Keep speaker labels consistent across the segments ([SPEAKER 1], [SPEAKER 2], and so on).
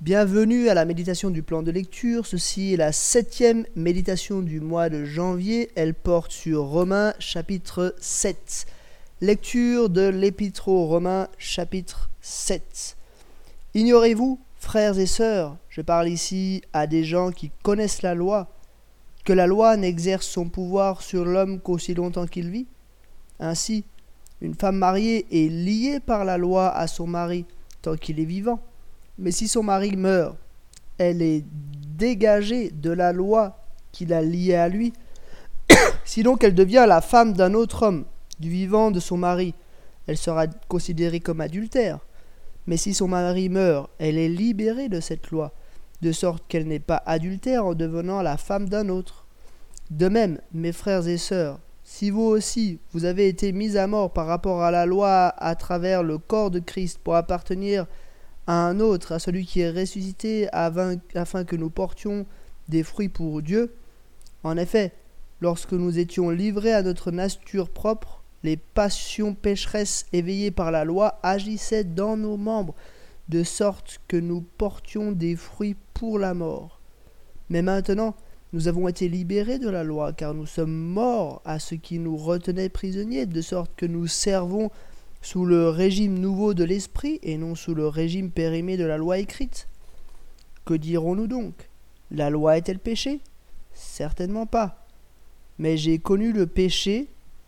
[SPEAKER 1] Bienvenue à la méditation du plan de lecture. Ceci est la 7e méditation du mois de janvier. Elle porte sur Romains chapitre 7. Lecture de l'Épître aux Romains chapitre 7. Ignorez-vous, frères et sœurs, je parle ici à des gens qui connaissent la loi, que la loi n'exerce son pouvoir sur l'homme qu'aussi longtemps qu'il vit. Ainsi, une femme mariée est liée par la loi à son mari tant qu'il est vivant. Mais si son mari meurt, elle est dégagée de la loi qui l'a liée à lui. Si donc elle devient la femme d'un autre homme, du vivant de son mari, elle sera considérée comme adultère. Mais si son mari meurt, elle est libérée de cette loi, de sorte qu'elle n'est pas adultère en devenant la femme d'un autre. De même, mes frères et sœurs, si vous aussi, vous avez été mis à mort par rapport à la loi à travers le corps de Christ pour appartenir à un autre, à celui qui est ressuscité, afin que nous portions des fruits pour Dieu. En effet, lorsque nous étions livrés à notre nature propre, les passions pécheresses éveillées par la loi agissaient dans nos membres, de sorte que nous portions des fruits pour la mort. Mais maintenant, nous avons été libérés de la loi, car nous sommes morts à ce qui nous retenait prisonniers, de sorte que nous servons sous le régime nouveau de l'esprit et non sous le régime périmé de la loi écrite. Que dirons-nous donc? La loi est-elle péché? Certainement pas. Mais je n'ai connu le péché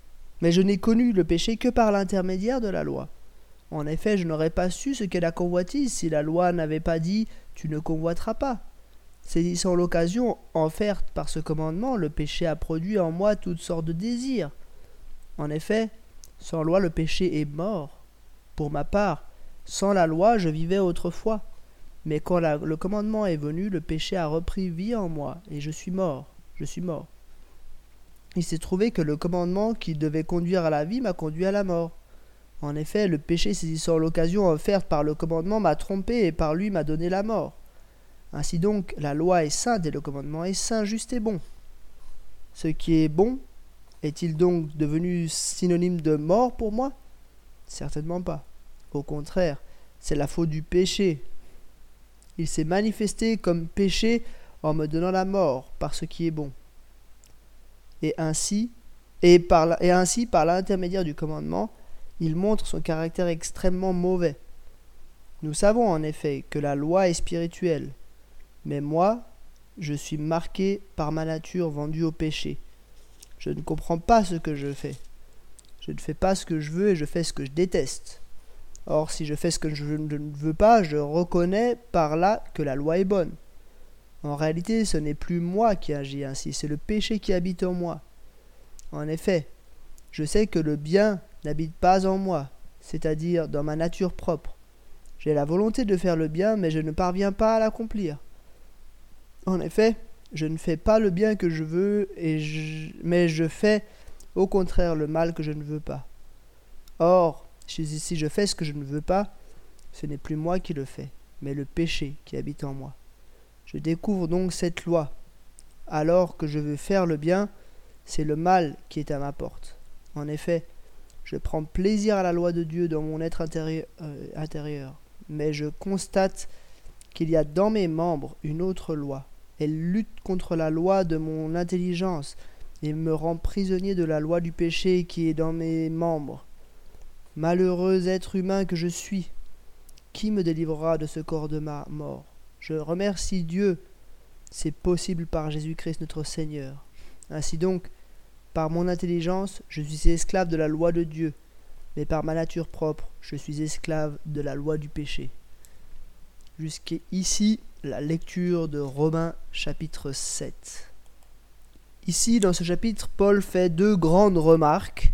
[SPEAKER 1] que par l'intermédiaire de la loi. En effet, je n'aurais pas su ce qu'est la convoitise si la loi n'avait pas dit « tu ne convoiteras pas ». Saisissant l'occasion offerte par ce commandement, le péché a produit en moi toutes sortes de désirs. En effet, sans loi, le péché est mort. Pour ma part, sans la loi, je vivais autrefois. Mais quand le commandement est venu, le péché a repris vie en moi, et je suis mort. Il s'est trouvé que le commandement qui devait conduire à la vie m'a conduit à la mort. En effet, le péché saisissant l'occasion offerte par le commandement m'a trompé, et par lui m'a donné la mort. Ainsi donc, la loi est sainte, et le commandement est saint, juste et bon. Ce qui est bon, est-il donc devenu synonyme de mort pour moi? Certainement pas. Au contraire, c'est la faute du péché. Il s'est manifesté comme péché en me donnant la mort par ce qui est bon. Et ainsi, par l'intermédiaire du commandement, il montre son caractère extrêmement mauvais. Nous savons en effet que la loi est spirituelle, mais moi, je suis marqué par ma nature vendue au péché. Je ne comprends pas ce que je fais. Je ne fais pas ce que je veux et je fais ce que je déteste. Or, si je fais ce que je ne veux pas, je reconnais par là que la loi est bonne. En réalité, ce n'est plus moi qui agis ainsi, c'est le péché qui habite en moi. En effet, je sais que le bien n'habite pas en moi, c'est-à-dire dans ma nature propre. J'ai la volonté de faire le bien, mais je ne parviens pas à l'accomplir. En effet, je ne fais pas le bien que je veux, mais je fais au contraire le mal que je ne veux pas. Or, si je fais ce que je ne veux pas, ce n'est plus moi qui le fais, mais le péché qui habite en moi. Je découvre donc cette loi. Alors que je veux faire le bien, c'est le mal qui est à ma porte. En effet, je prends plaisir à la loi de Dieu dans mon être intérieur, mais je constate qu'il y a dans mes membres une autre loi. Elle lutte contre la loi de mon intelligence et me rend prisonnier de la loi du péché qui est dans mes membres. Malheureux être humain que je suis, qui me délivrera de ce corps de ma mort? Je remercie Dieu, c'est possible par Jésus-Christ notre Seigneur. Ainsi donc, par mon intelligence, je suis esclave de la loi de Dieu, mais par ma nature propre, je suis esclave de la loi du péché. Jusqu'ici, la lecture de Romains chapitre 7. Ici, dans ce chapitre, Paul fait deux grandes remarques.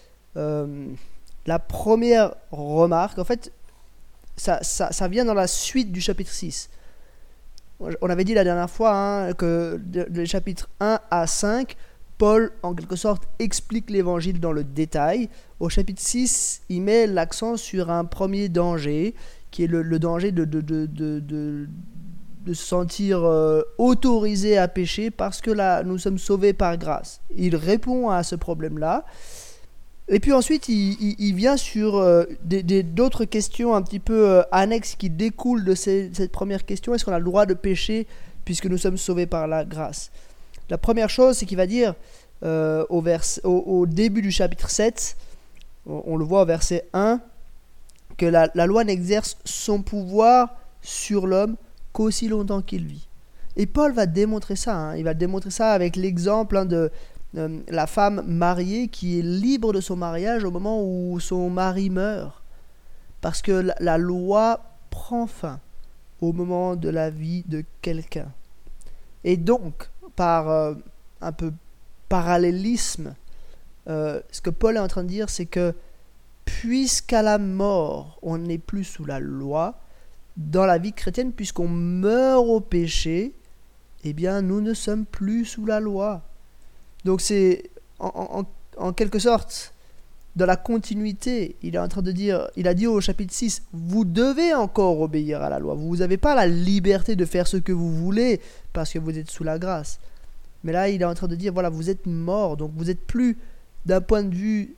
[SPEAKER 1] La première remarque, en fait, ça vient dans la suite du chapitre 6. On avait dit la dernière fois que les chapitres 1 à 5, Paul, en quelque sorte, explique l'évangile dans le détail. Au chapitre 6, il met l'accent sur un premier danger, qui est le danger de se sentir autorisé à pécher parce que là, nous sommes sauvés par grâce. Il répond à ce problème-là Et puis ensuite, il vient sur d'autres questions un petit peu annexes qui découlent de cette première question. Est-ce qu'on a le droit de pécher puisque nous sommes sauvés par la grâce? La première chose, c'est qu'il va dire au début du chapitre 7, on le voit au verset 1, que la loi n'exerce son pouvoir sur l'homme qu'aussi longtemps qu'il vit. Et Paul va démontrer ça. Il va démontrer ça avec l'exemple de la femme mariée qui est libre de son mariage au moment où son mari meurt. Parce que la loi prend fin au moment de la vie de quelqu'un. Et donc, par un peu parallélisme, ce que Paul est en train de dire, c'est que puisqu'à la mort, on n'est plus sous la loi, dans la vie chrétienne, puisqu'on meurt au péché, eh bien, nous ne sommes plus sous la loi. Donc c'est, en quelque sorte, dans la continuité, il est en train de dire, il a dit au chapitre 6, vous devez encore obéir à la loi. Vous n'avez pas la liberté de faire ce que vous voulez parce que vous êtes sous la grâce. Mais là, il est en train de dire, voilà, vous êtes mort, donc vous n'êtes plus, d'un point de vue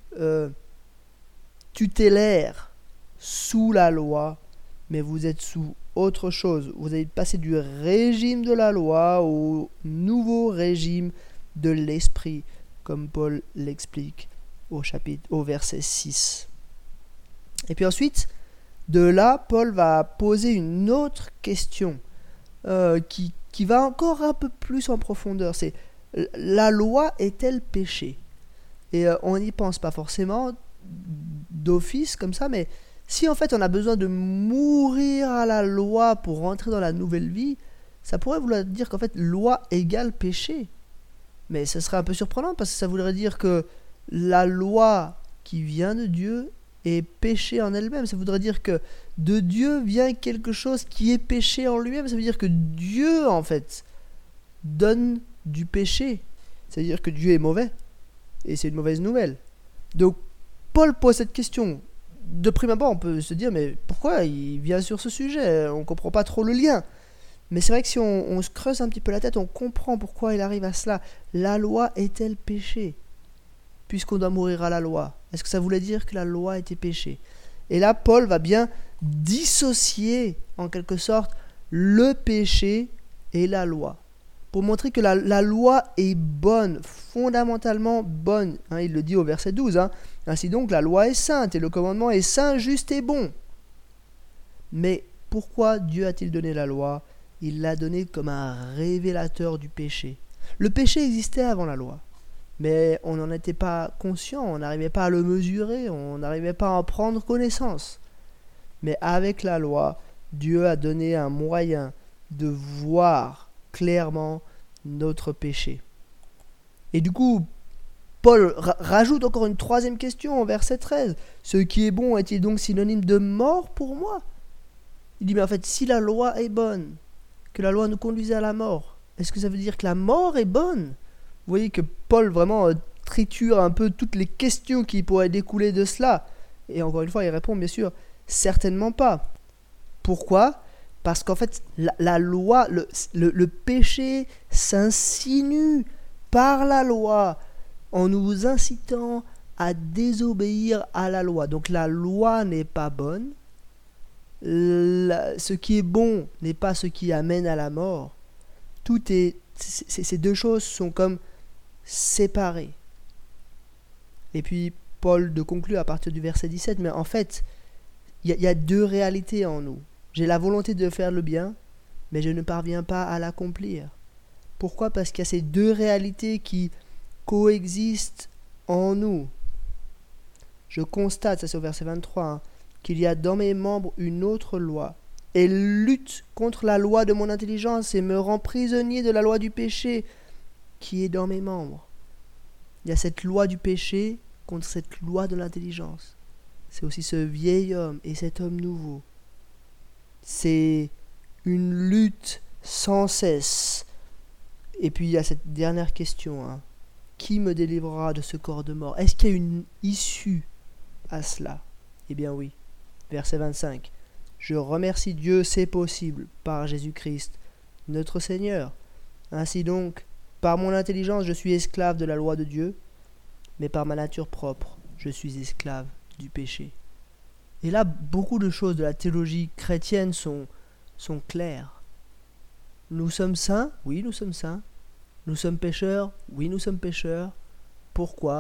[SPEAKER 1] tutélaire, sous la loi, mais vous êtes sous autre chose. Vous avez passé du régime de la loi au nouveau régime de l'esprit, comme Paul l'explique au verset 6. Et puis ensuite, de là, Paul va poser une autre question qui va encore un peu plus en profondeur. C'est, la loi est-elle péché? Et on n'y pense pas forcément d'office comme ça, mais si en fait on a besoin de mourir à la loi pour rentrer dans la nouvelle vie, ça pourrait vouloir dire qu'en fait loi égale péché. Mais ce serait un peu surprenant parce que ça voudrait dire que la loi qui vient de Dieu est péché en elle-même. Ça voudrait dire que de Dieu vient quelque chose qui est péché en lui-même. Ça veut dire que Dieu en fait donne du péché. Ça veut dire que Dieu est mauvais. Et c'est une mauvaise nouvelle. Donc Paul pose cette question. De prime abord, on peut se dire, mais pourquoi il vient sur ce sujet? On ne comprend pas trop le lien. Mais c'est vrai que si on se creuse un petit peu la tête, on comprend pourquoi il arrive à cela. La loi est-elle péché? Puisqu'on doit mourir à la loi. Est-ce que ça voulait dire que la loi était péché? Et là, Paul va bien dissocier, en quelque sorte, le péché et la loi. Pour montrer que la loi est bonne, fondamentalement bonne. Il le dit au verset 12. Ainsi donc, la loi est sainte et le commandement est saint, juste et bon. Mais pourquoi Dieu a-t-il donné la loi? Il l'a donnée comme un révélateur du péché. Le péché existait avant la loi, mais on n'en était pas conscient, on n'arrivait pas à le mesurer, on n'arrivait pas à en prendre connaissance. Mais avec la loi, Dieu a donné un moyen de voir clairement notre péché. Et du coup, Paul rajoute encore une troisième question au verset 13. Ce qui est bon est-il donc synonyme de mort pour moi? Il dit, mais en fait, si la loi est bonne, que la loi nous conduisait à la mort, est-ce que ça veut dire que la mort est bonne? Vous voyez que Paul vraiment triture un peu toutes les questions qui pourraient découler de cela. Et encore une fois, il répond bien sûr, certainement pas. Pourquoi? Parce qu'en fait, la loi, le péché s'insinue par la loi en nous incitant à désobéir à la loi. Donc la loi n'est pas bonne. Ce qui est bon n'est pas ce qui amène à la mort. Ces deux choses sont comme séparées. Et puis Paul de conclure à partir du verset 17, mais en fait, il y a deux réalités en nous. J'ai la volonté de faire le bien, mais je ne parviens pas à l'accomplir. Pourquoi? Parce qu'il y a ces deux réalités qui coexistent en nous. Je constate, ça c'est au verset 23, qu'il y a dans mes membres une autre loi. Elle lutte contre la loi de mon intelligence et me rend prisonnier de la loi du péché qui est dans mes membres. Il y a cette loi du péché contre cette loi de l'intelligence. C'est aussi ce vieil homme et cet homme nouveau. C'est une lutte sans cesse. Et puis il y a cette dernière question. Qui me délivrera de ce corps de mort? Est-ce qu'il y a une issue à cela? Eh bien oui. Verset 25. Je remercie Dieu, c'est possible, par Jésus-Christ, notre Seigneur. Ainsi donc, par mon intelligence, je suis esclave de la loi de Dieu, mais par ma nature propre, je suis esclave du péché. Et là, beaucoup de choses de la théologie chrétienne sont claires. Nous sommes saints, oui, nous sommes saints. Nous sommes pécheurs, oui, nous sommes pécheurs. Pourquoi ?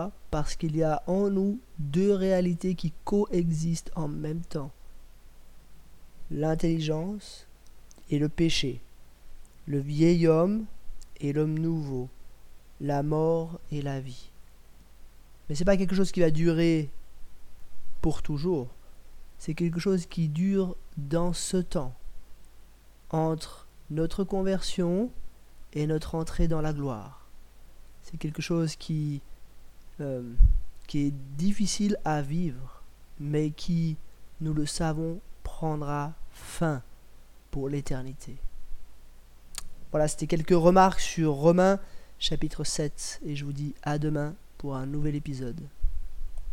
[SPEAKER 1] Parce qu'il y a en nous deux réalités qui coexistent en même temps. L'intelligence et le péché. Le vieil homme et l'homme nouveau. La mort et la vie. Mais ce n'est pas quelque chose qui va durer pour toujours. C'est quelque chose qui dure dans ce temps, entre notre conversion et notre entrée dans la gloire. C'est quelque chose qui est difficile à vivre, mais qui, nous le savons, prendra fin pour l'éternité. Voilà, c'était quelques remarques sur Romains chapitre 7, et je vous dis à demain pour un nouvel épisode.